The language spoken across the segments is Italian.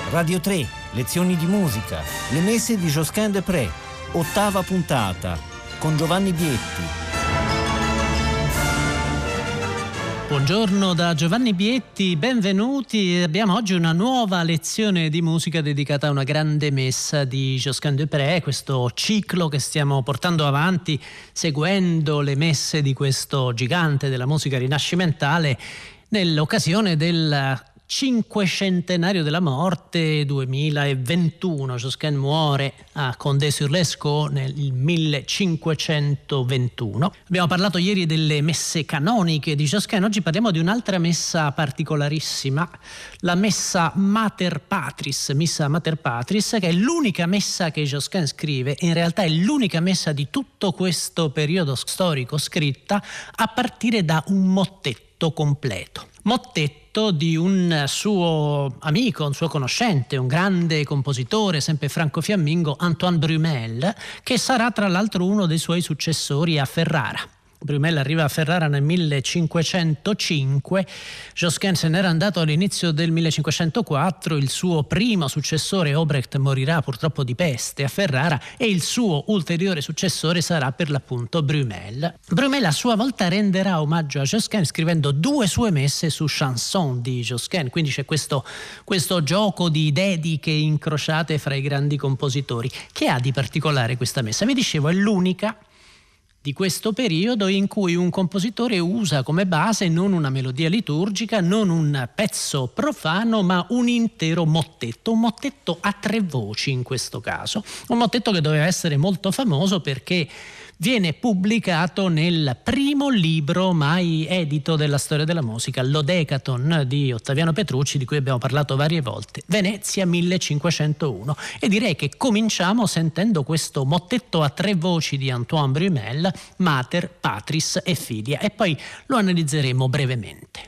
Radio 3, lezioni di musica, le messe di Josquin des Prez, 8ª puntata, con Giovanni Bietti. Buongiorno da Giovanni Bietti, benvenuti. Abbiamo oggi una nuova lezione di musica dedicata a una grande messa di Josquin des Prez, questo ciclo che stiamo portando avanti seguendo le messe di questo gigante della musica rinascimentale nell'occasione del cinquecentenario della morte, 2021. Josquin muore a Condé-sur-Lescaut nel 1521. Abbiamo parlato ieri delle messe canoniche di Josquin, oggi parliamo di un'altra messa particolarissima, la messa Mater Patris, missa Mater Patris, che è l'unica messa che Josquin scrive, in realtà è l'unica messa di tutto questo periodo storico scritta a partire da un mottetto completo. Mottetto di un suo amico, un suo conoscente, un grande compositore, sempre franco fiammingo, Antoine Brumel, che sarà tra l'altro uno dei suoi successori a Ferrara. Brumel arriva a Ferrara nel 1505, Josquin se n'era andato all'inizio del 1504, il suo primo successore Obrecht morirà purtroppo di peste a Ferrara e il suo ulteriore successore sarà per l'appunto Brumel. Brumel a sua volta renderà omaggio a Josquin scrivendo 2 sue messe su chanson di Josquin, quindi c'è questo gioco di dediche incrociate fra i grandi compositori. Che ha di particolare questa messa? Vi dicevo, è l'unica di questo periodo in cui un compositore usa come base non una melodia liturgica, non un pezzo profano, ma un intero mottetto, un mottetto a 3 voci in questo caso, un mottetto che doveva essere molto famoso perché viene pubblicato nel primo libro mai edito della storia della musica, l'Odecaton di Ottaviano Petrucci, di cui abbiamo parlato varie volte, Venezia 1501. E direi che cominciamo sentendo questo mottetto a 3 voci di Antoine Brumel, Mater, Patris e Filia, e poi lo analizzeremo brevemente.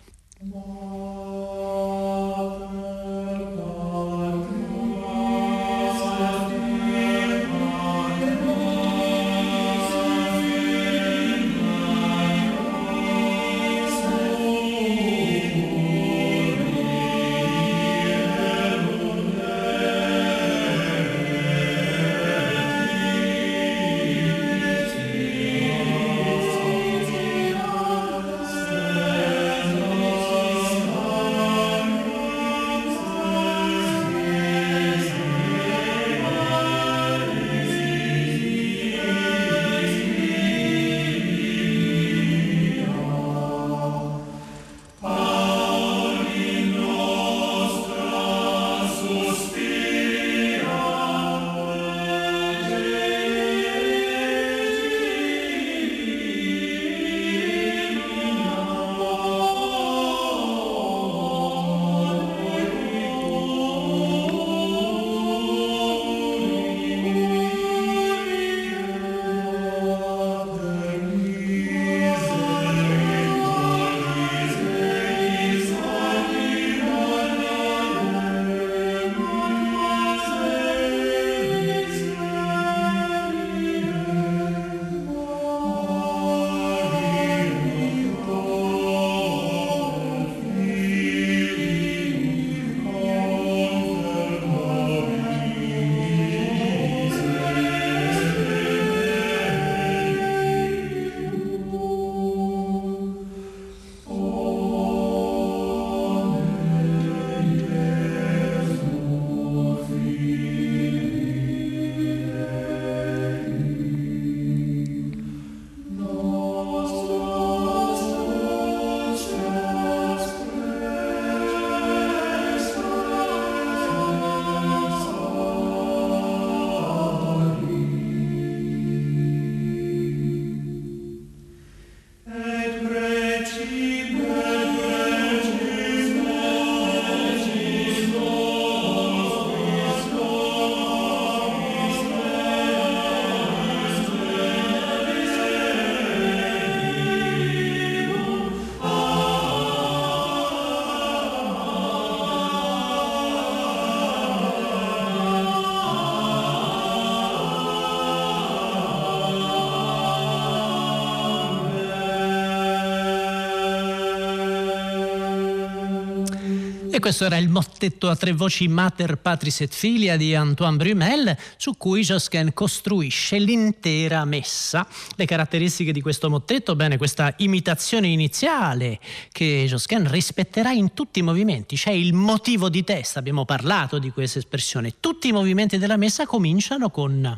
E questo era il mottetto a tre voci Mater Patris et Filia di Antoine Brumel, su cui Josquin costruisce l'intera messa. Le caratteristiche di questo mottetto, bene, questa imitazione iniziale che Josquin rispetterà in tutti i movimenti. C'è il motivo di testa, abbiamo parlato di questa espressione. Tutti i movimenti della messa cominciano con...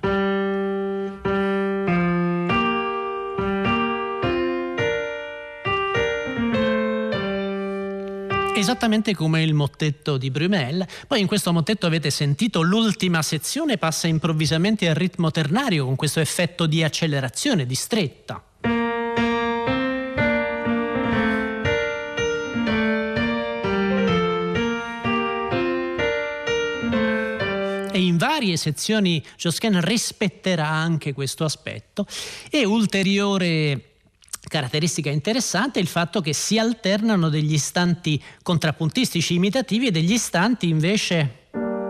esattamente come il mottetto di Brumel. Poi in questo mottetto avete sentito l'ultima sezione passa improvvisamente al ritmo ternario con questo effetto di accelerazione, di stretta. E in varie sezioni Josquin rispetterà anche questo aspetto. E ulteriore caratteristica interessante è il fatto che si alternano degli istanti contrappuntistici imitativi e degli istanti invece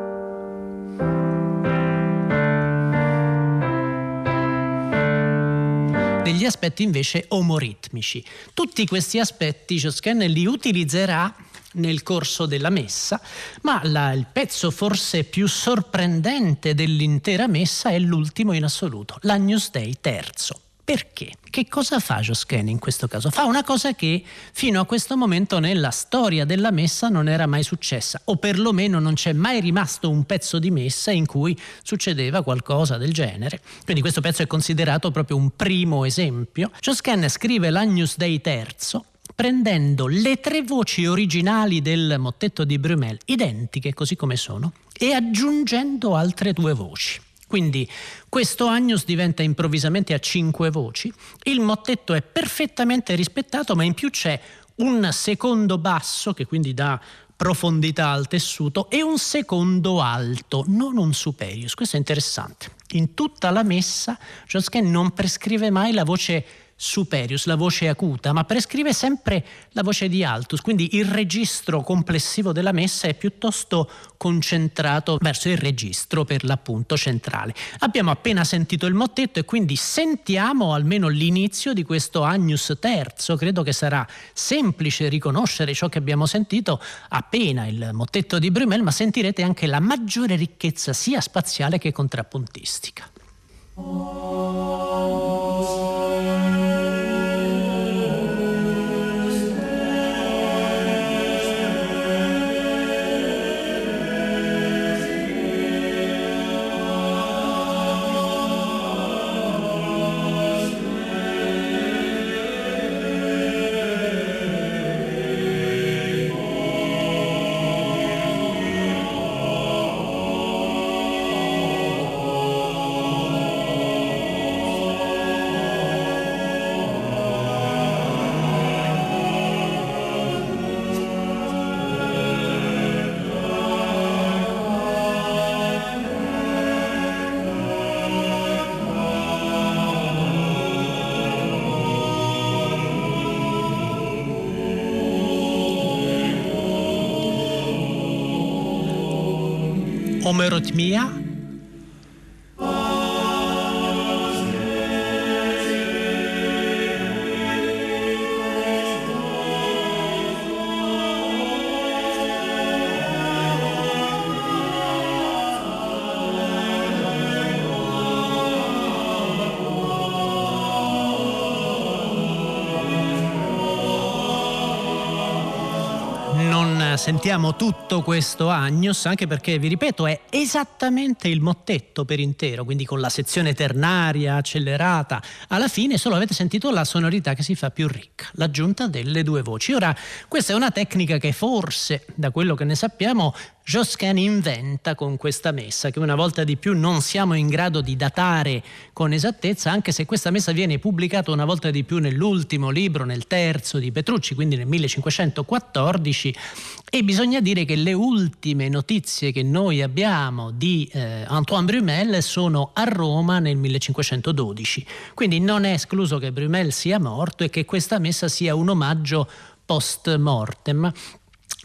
degli aspetti invece omoritmici. Tutti questi aspetti Josquin li utilizzerà nel corso della messa, ma il pezzo forse più sorprendente dell'intera messa è l'ultimo in assoluto, l'Agnus Dei terzo. Perché? Che cosa fa Josquin in questo caso? Fa una cosa che fino a questo momento nella storia della messa non era mai successa, o perlomeno non c'è mai rimasto un pezzo di messa in cui succedeva qualcosa del genere. Quindi questo pezzo è considerato proprio un primo esempio. Josquin scrive l'Agnus Dei terzo prendendo le tre voci originali del mottetto di Brumel, identiche così come sono, e aggiungendo altre due voci. Quindi questo Agnus diventa improvvisamente a 5 voci, il mottetto è perfettamente rispettato, ma in più c'è un secondo basso che quindi dà profondità al tessuto e un secondo alto, non un superius. Questo è interessante. In tutta la messa Josquin non prescrive mai la voce superius, la voce acuta, ma prescrive sempre la voce di altus, quindi il registro complessivo della messa è piuttosto concentrato verso il registro per l'appunto centrale. Abbiamo appena sentito il mottetto e quindi sentiamo almeno l'inizio di questo Agnus terzo. Credo che sarà semplice riconoscere ciò che abbiamo sentito appena il mottetto di Brumel, ma sentirete anche la maggiore ricchezza sia spaziale che contrappuntistica. Omeritmia. Sentiamo tutto questo Agnus, anche perché, vi ripeto, è esattamente il mottetto per intero, quindi con la sezione ternaria accelerata alla fine, solo avete sentito la sonorità che si fa più ricca, l'aggiunta delle due voci. Ora, questa è una tecnica che forse, da quello che ne sappiamo, Josquin inventa con questa messa, che una volta di più non siamo in grado di datare con esattezza, anche se questa messa viene pubblicata una volta di più nell'ultimo libro, nel terzo di Petrucci, quindi nel 1514, e bisogna dire che le ultime notizie che noi abbiamo di Antoine Brumel sono a Roma nel 1512, quindi non è escluso che Brumel sia morto e che questa messa sia un omaggio post mortem.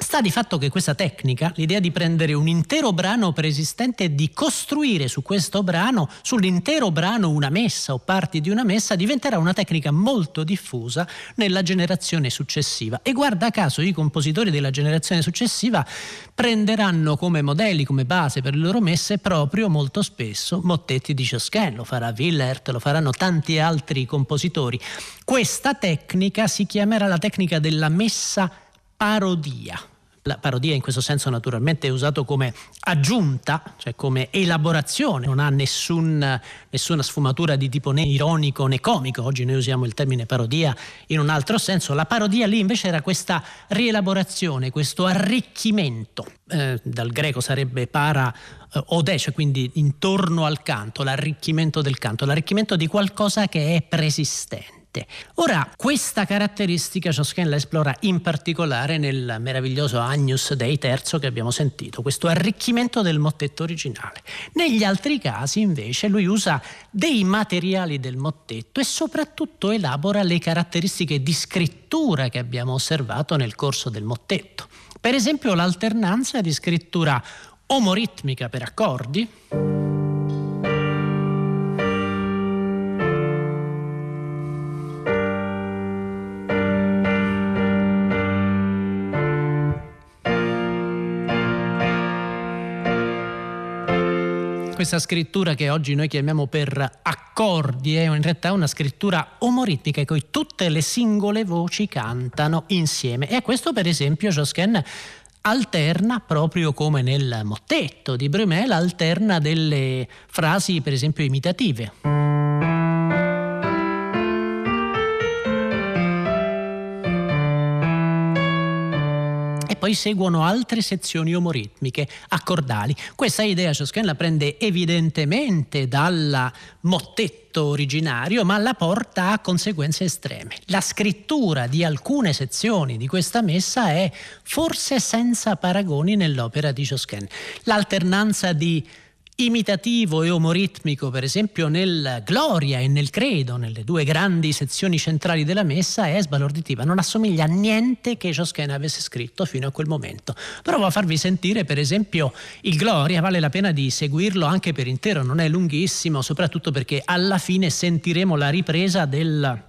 Sta di fatto che questa tecnica, l'idea di prendere un intero brano preesistente e di costruire su questo brano, sull'intero brano, una messa o parti di una messa, diventerà una tecnica molto diffusa nella generazione successiva. E guarda caso i compositori della generazione successiva prenderanno come modelli, come base per le loro messe proprio molto spesso mottetti di Josquin. Lo farà Willaert, lo faranno tanti altri compositori. Questa tecnica si chiamerà la tecnica della messa parodia. La parodia in questo senso naturalmente è usato come aggiunta, cioè come elaborazione, non ha nessuna sfumatura di tipo né ironico né comico. Oggi noi usiamo il termine parodia in un altro senso. La parodia lì invece era questa rielaborazione, questo arricchimento. Dal greco sarebbe para ode, cioè quindi intorno al canto, l'arricchimento del canto, l'arricchimento di qualcosa che è preesistente. Ora, questa caratteristica Josquin la esplora in particolare nel meraviglioso Agnus Dei terzo che abbiamo sentito, questo arricchimento del mottetto originale. Negli altri casi invece lui usa dei materiali del mottetto e soprattutto elabora le caratteristiche di scrittura che abbiamo osservato nel corso del mottetto. Per esempio l'alternanza di scrittura omoritmica per accordi, questa scrittura che oggi noi chiamiamo per accordi è in realtà una scrittura omoritmica in cui tutte le singole voci cantano insieme, e questo per esempio Josquin alterna, proprio come nel mottetto di Brumel, alterna delle frasi per esempio imitative. Poi seguono altre sezioni omoritmiche accordali. Questa idea Josquin la prende evidentemente dal mottetto originario, ma la porta a conseguenze estreme. La scrittura di alcune sezioni di questa messa è forse senza paragoni nell'opera di Josquin. L'alternanza di imitativo e omoritmico, per esempio nel Gloria e nel Credo, nelle due grandi sezioni centrali della messa, è sbalorditiva, non assomiglia a niente che Josquin avesse scritto fino a quel momento. Provo a farvi sentire per esempio il Gloria, vale la pena di seguirlo anche per intero, non è lunghissimo, soprattutto perché alla fine sentiremo la ripresa della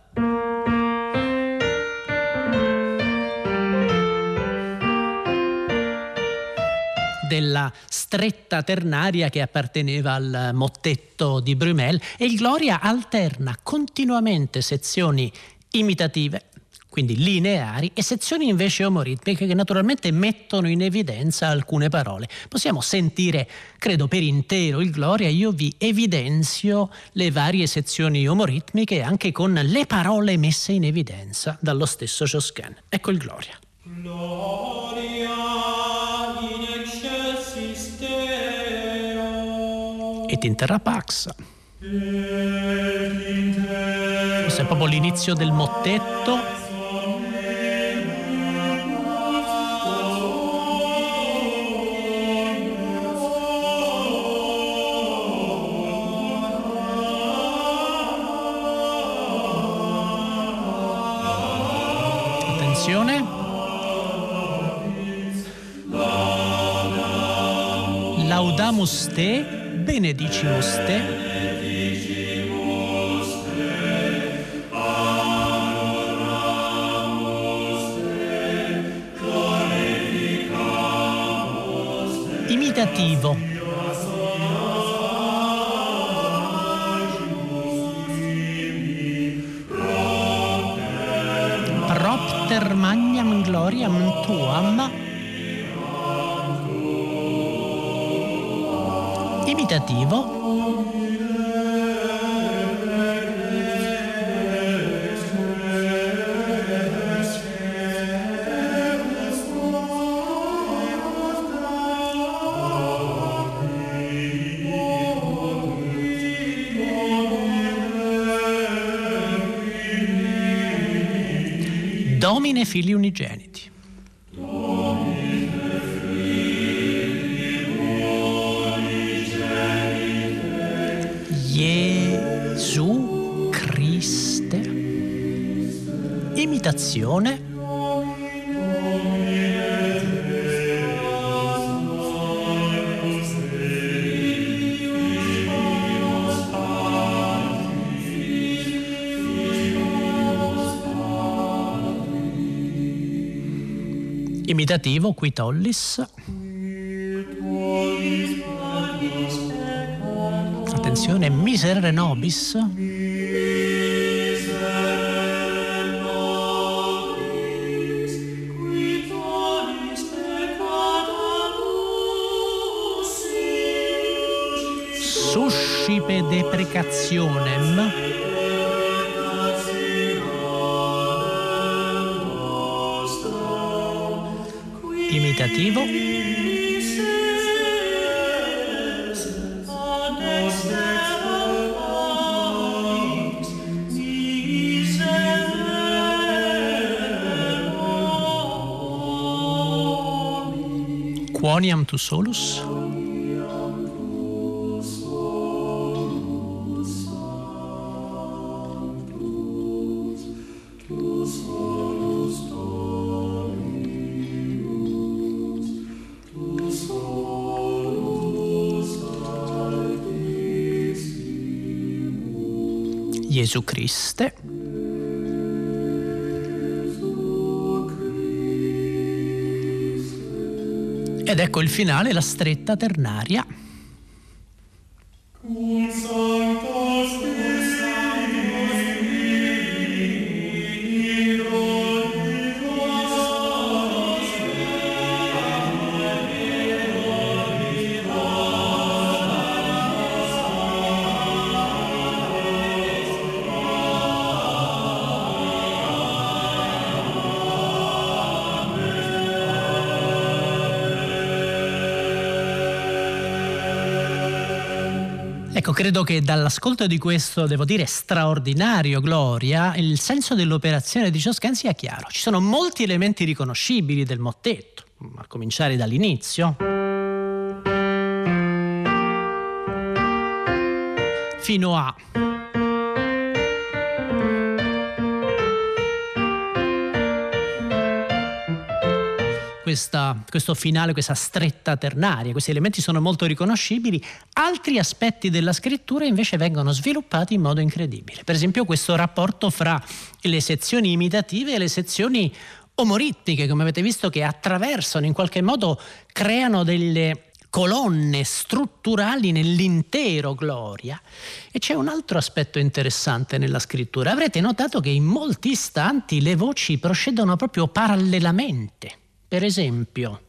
stretta ternaria che apparteneva al mottetto di Brumel, e il Gloria alterna continuamente sezioni imitative, quindi lineari, e sezioni invece omoritmiche che naturalmente mettono in evidenza alcune parole. Possiamo sentire, credo, per intero il Gloria. Io vi evidenzio le varie sezioni omoritmiche anche con le parole messe in evidenza dallo stesso Josquin. Ecco il Gloria. Et intera pax. Questo è proprio l'inizio del mottetto. Attenzione. Laudamus te, benedicimus te. Imitativo. Propter magnam gloriam tuam. Imitativo. Domine Filii Unigeniti. Gesù Criste. Imitazione. Imitativo, qui tollis. Attenzione, miserere nobis. Suscipe deprecationem. Imitativo. Quoniam tu solus. Gesù Christe. Ed ecco il finale, la stretta ternaria. Ecco, credo che dall'ascolto di questo, devo dire, straordinario Gloria, il senso dell'operazione di Josquin sia chiaro. Ci sono molti elementi riconoscibili del mottetto, a cominciare dall'inizio, fino a questo finale, questa stretta ternaria. Questi elementi sono molto riconoscibili. Altri aspetti della scrittura invece vengono sviluppati in modo incredibile. Per esempio questo rapporto fra le sezioni imitative e le sezioni omoritmiche, come avete visto, che attraversano, in qualche modo creano delle colonne strutturali nell'intero Gloria. E c'è un altro aspetto interessante nella scrittura. Avrete notato che in molti istanti le voci procedono proprio parallelamente. Per esempio,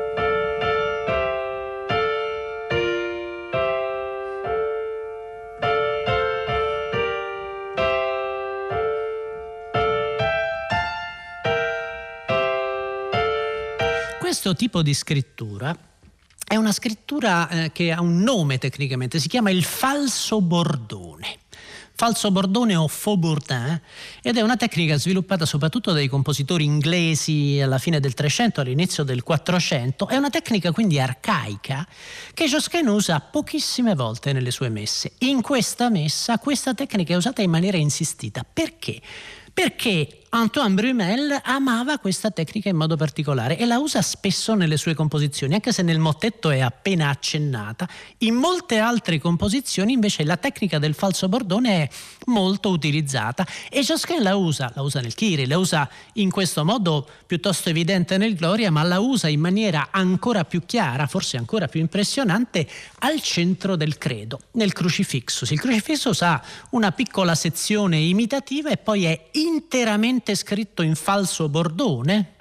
questo tipo di scrittura è una scrittura che ha un nome tecnicamente, si chiama il falso bordone. Falso bordone o faux bourdin, ed è una tecnica sviluppata soprattutto dai compositori inglesi alla fine del 300, all'inizio del 400. È una tecnica quindi arcaica che Josquin usa pochissime volte nelle sue messe. In questa messa questa tecnica è usata in maniera insistita. Perché? Perché Antoine Brumel amava questa tecnica in modo particolare e la usa spesso nelle sue composizioni, anche se nel mottetto è appena accennata. In molte altre composizioni invece la tecnica del falso bordone è molto utilizzata e Josquin la usa nel Kyrie, la usa in questo modo piuttosto evidente nel Gloria, ma la usa in maniera ancora più chiara, forse ancora più impressionante, al centro del credo, nel Crucifixus. Il Crucifixus ha una piccola sezione imitativa e poi è interamente scritto in falso bordone.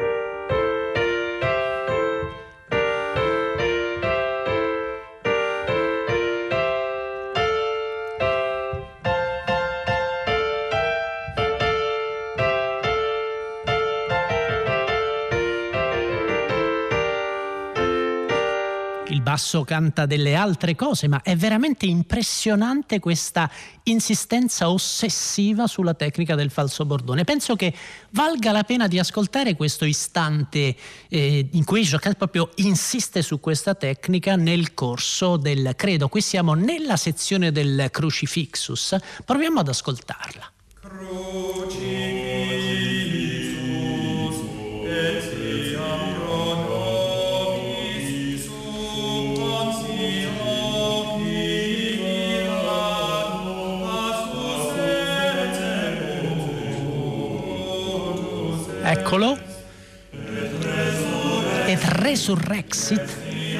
Il basso canta delle altre cose, ma è veramente impressionante questa insistenza ossessiva sulla tecnica del falso bordone. Penso che valga la pena di ascoltare questo istante in cui Josquin proprio insiste su questa tecnica nel corso del credo. Qui siamo nella sezione del Crucifixus. Proviamo ad ascoltarla. Eccolo. et resurrexit.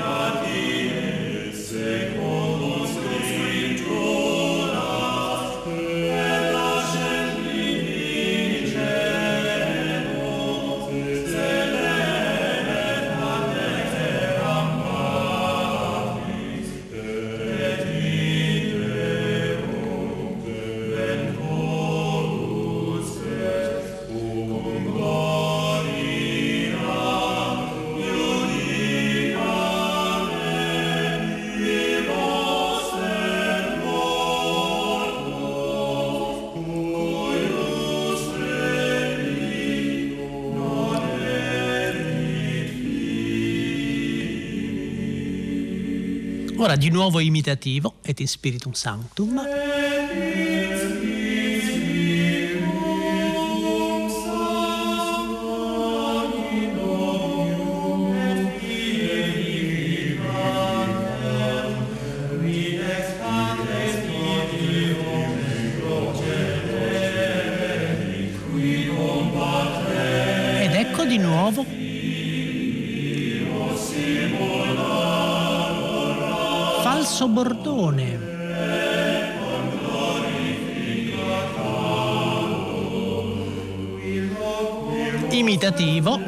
Ora di nuovo imitativo, et in spiritum sanctum. Ed ecco di nuovo falso bordone. Imitativo.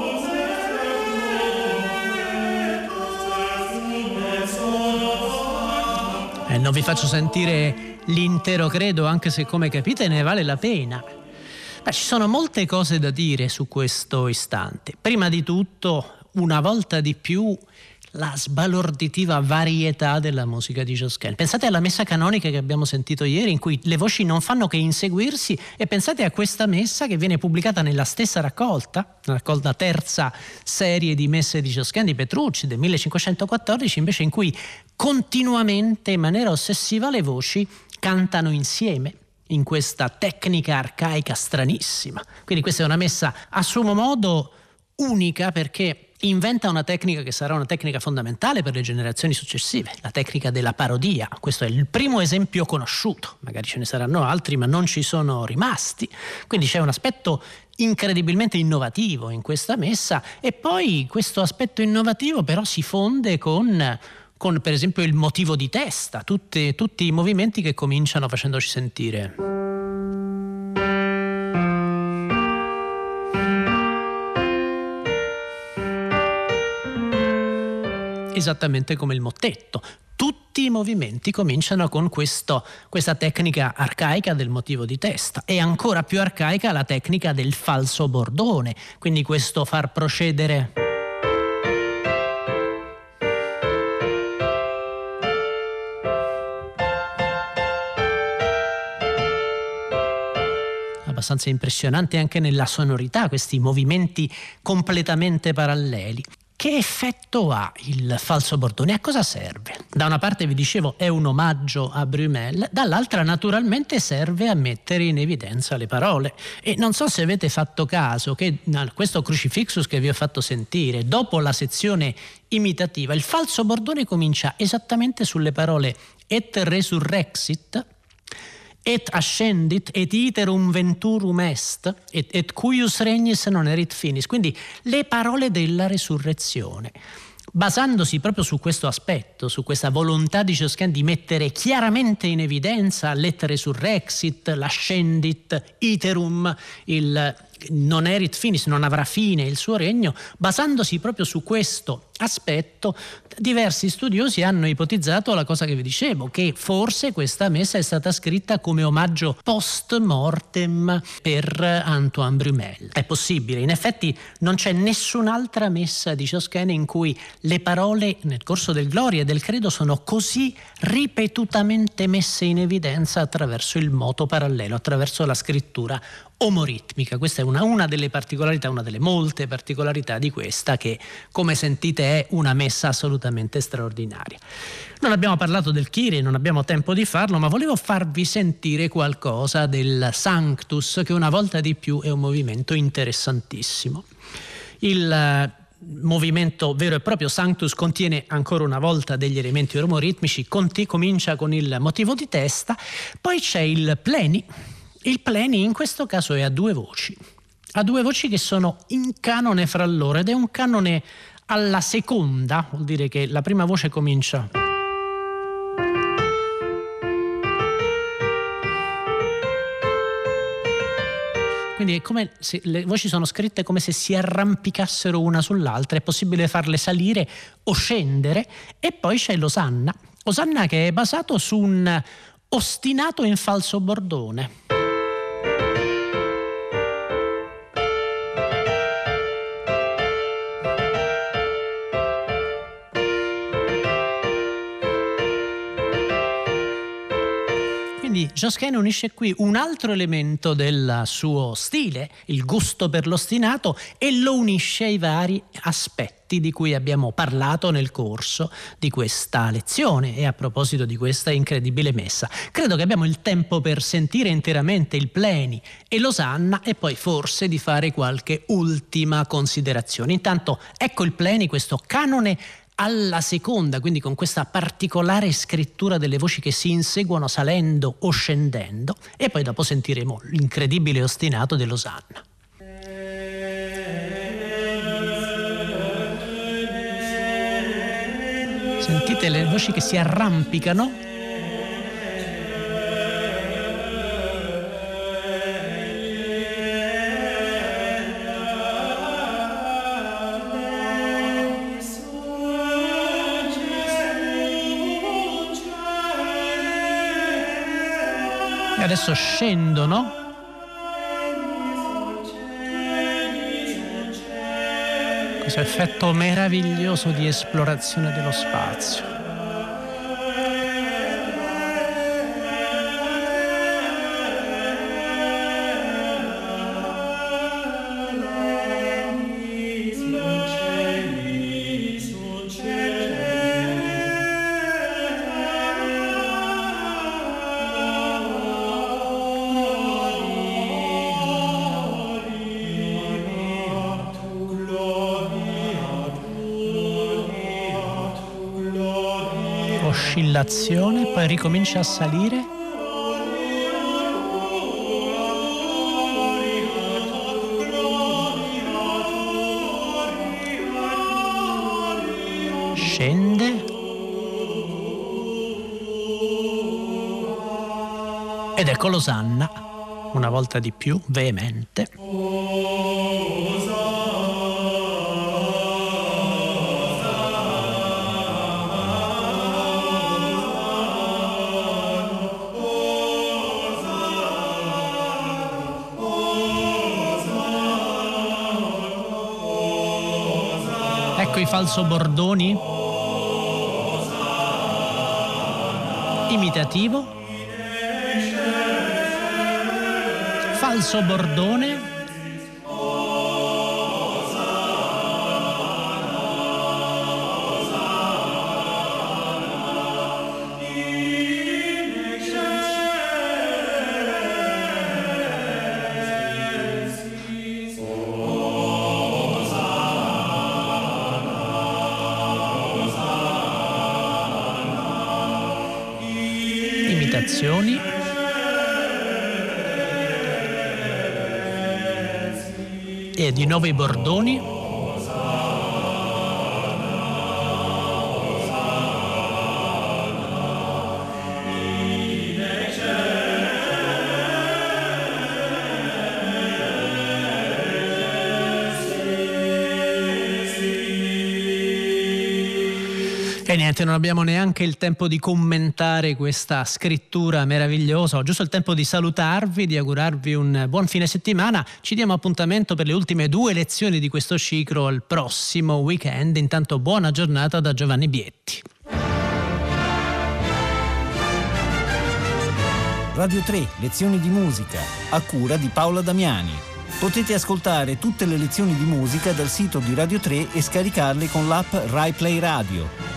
Non vi faccio sentire l'intero credo, anche se come capite ne vale la pena. Beh, ci sono molte cose da dire su questo istante. Prima di tutto, una volta di più, la sbalorditiva varietà della musica di Josquin. Pensate alla messa canonica che abbiamo sentito ieri, in cui le voci non fanno che inseguirsi, e pensate a questa messa che viene pubblicata nella stessa raccolta, la terza serie di messe di Josquin di Petrucci del 1514, invece, in cui continuamente, in maniera ossessiva, le voci cantano insieme in questa tecnica arcaica stranissima. Quindi questa è una messa a suo modo unica, perché inventa una tecnica che sarà una tecnica fondamentale per le generazioni successive, la tecnica della parodia. Questo è il primo esempio conosciuto, magari ce ne saranno altri, ma non ci sono rimasti. Quindi c'è un aspetto incredibilmente innovativo in questa messa, e poi questo aspetto innovativo però si fonde con per esempio il motivo di testa, tutti i movimenti che cominciano facendoci sentire. Esattamente come il mottetto. Tutti i movimenti cominciano con questa tecnica arcaica del motivo di testa, e ancora più arcaica la tecnica del falso bordone, quindi questo far procedere abbastanza impressionante anche nella sonorità, questi movimenti completamente paralleli. Che effetto ha il falso bordone? A cosa serve? Da una parte, vi dicevo, è un omaggio a Brumel, dall'altra naturalmente serve a mettere in evidenza le parole. E non so se avete fatto caso che questo crucifixus che vi ho fatto sentire, dopo la sezione imitativa, il falso bordone comincia esattamente sulle parole et resurrexit, et ascendit, et iterum venturum est, et cuius regnis non erit finis. Quindi le parole della resurrezione. Basandosi proprio su questo aspetto, su questa volontà di Josquin di mettere chiaramente in evidenza l'et resurrexit, l'ascendit, iterum, il non erit finis, non avrà fine il suo regno, basandosi proprio su questo aspetto, diversi studiosi hanno ipotizzato la cosa che vi dicevo, che forse questa messa è stata scritta come omaggio post mortem per Antoine Brumel. È possibile, in effetti non c'è nessun'altra messa di Josquin in cui le parole nel corso del Gloria e del Credo sono così ripetutamente messe in evidenza attraverso il moto parallelo, attraverso la scrittura omoritmica. Questa è una delle particolarità, una delle molte particolarità di questa, che come sentite è una messa assolutamente straordinaria. Non abbiamo parlato del Kyrie, non abbiamo tempo di farlo, ma volevo farvi sentire qualcosa del Sanctus, che una volta di più è un movimento interessantissimo. Il movimento vero e proprio Sanctus contiene ancora una volta degli elementi omoritmici, comincia con il motivo di testa, poi c'è il pleni. Il pleni in questo caso è a due voci che sono in canone fra loro, ed è un canone alla seconda, vuol dire che la prima voce comincia. Quindi è come se le voci sono scritte come se si arrampicassero una sull'altra, è possibile farle salire o scendere. E poi c'è l'osanna. Osanna che è basato su un ostinato in falso bordone. Quindi Josquin unisce qui un altro elemento del suo stile, il gusto per l'ostinato, e lo unisce ai vari aspetti di cui abbiamo parlato nel corso di questa lezione e a proposito di questa incredibile messa. Credo che abbiamo il tempo per sentire interamente il Pleni e l'osanna e poi forse di fare qualche ultima considerazione. Intanto ecco il Pleni, questo canone alla seconda, quindi con questa particolare scrittura delle voci che si inseguono salendo o scendendo, e poi dopo sentiremo l'incredibile ostinato dell'osanna. Sentite le voci che si arrampicano? E adesso scendono. Questo effetto meraviglioso di esplorazione dello spazio. Oscillazione, poi ricomincia a salire. Scende. Ed ecco l'osanna, una volta di più, veemente. Ecco i falsobordoni. Imitativo. Falso bordone. Imitazioni. E di nuovo i bordoni. E niente, non abbiamo neanche il tempo di commentare questa scrittura meravigliosa. Ho giusto il tempo di salutarvi, di augurarvi un buon fine settimana. Ci diamo appuntamento per le ultime 2 lezioni di questo ciclo il prossimo weekend. Intanto buona giornata da Giovanni Bietti. Radio 3, lezioni di musica, a cura di Paola Damiani. Potete ascoltare tutte le lezioni di musica dal sito di Radio 3 e scaricarle con l'app Rai Play Radio.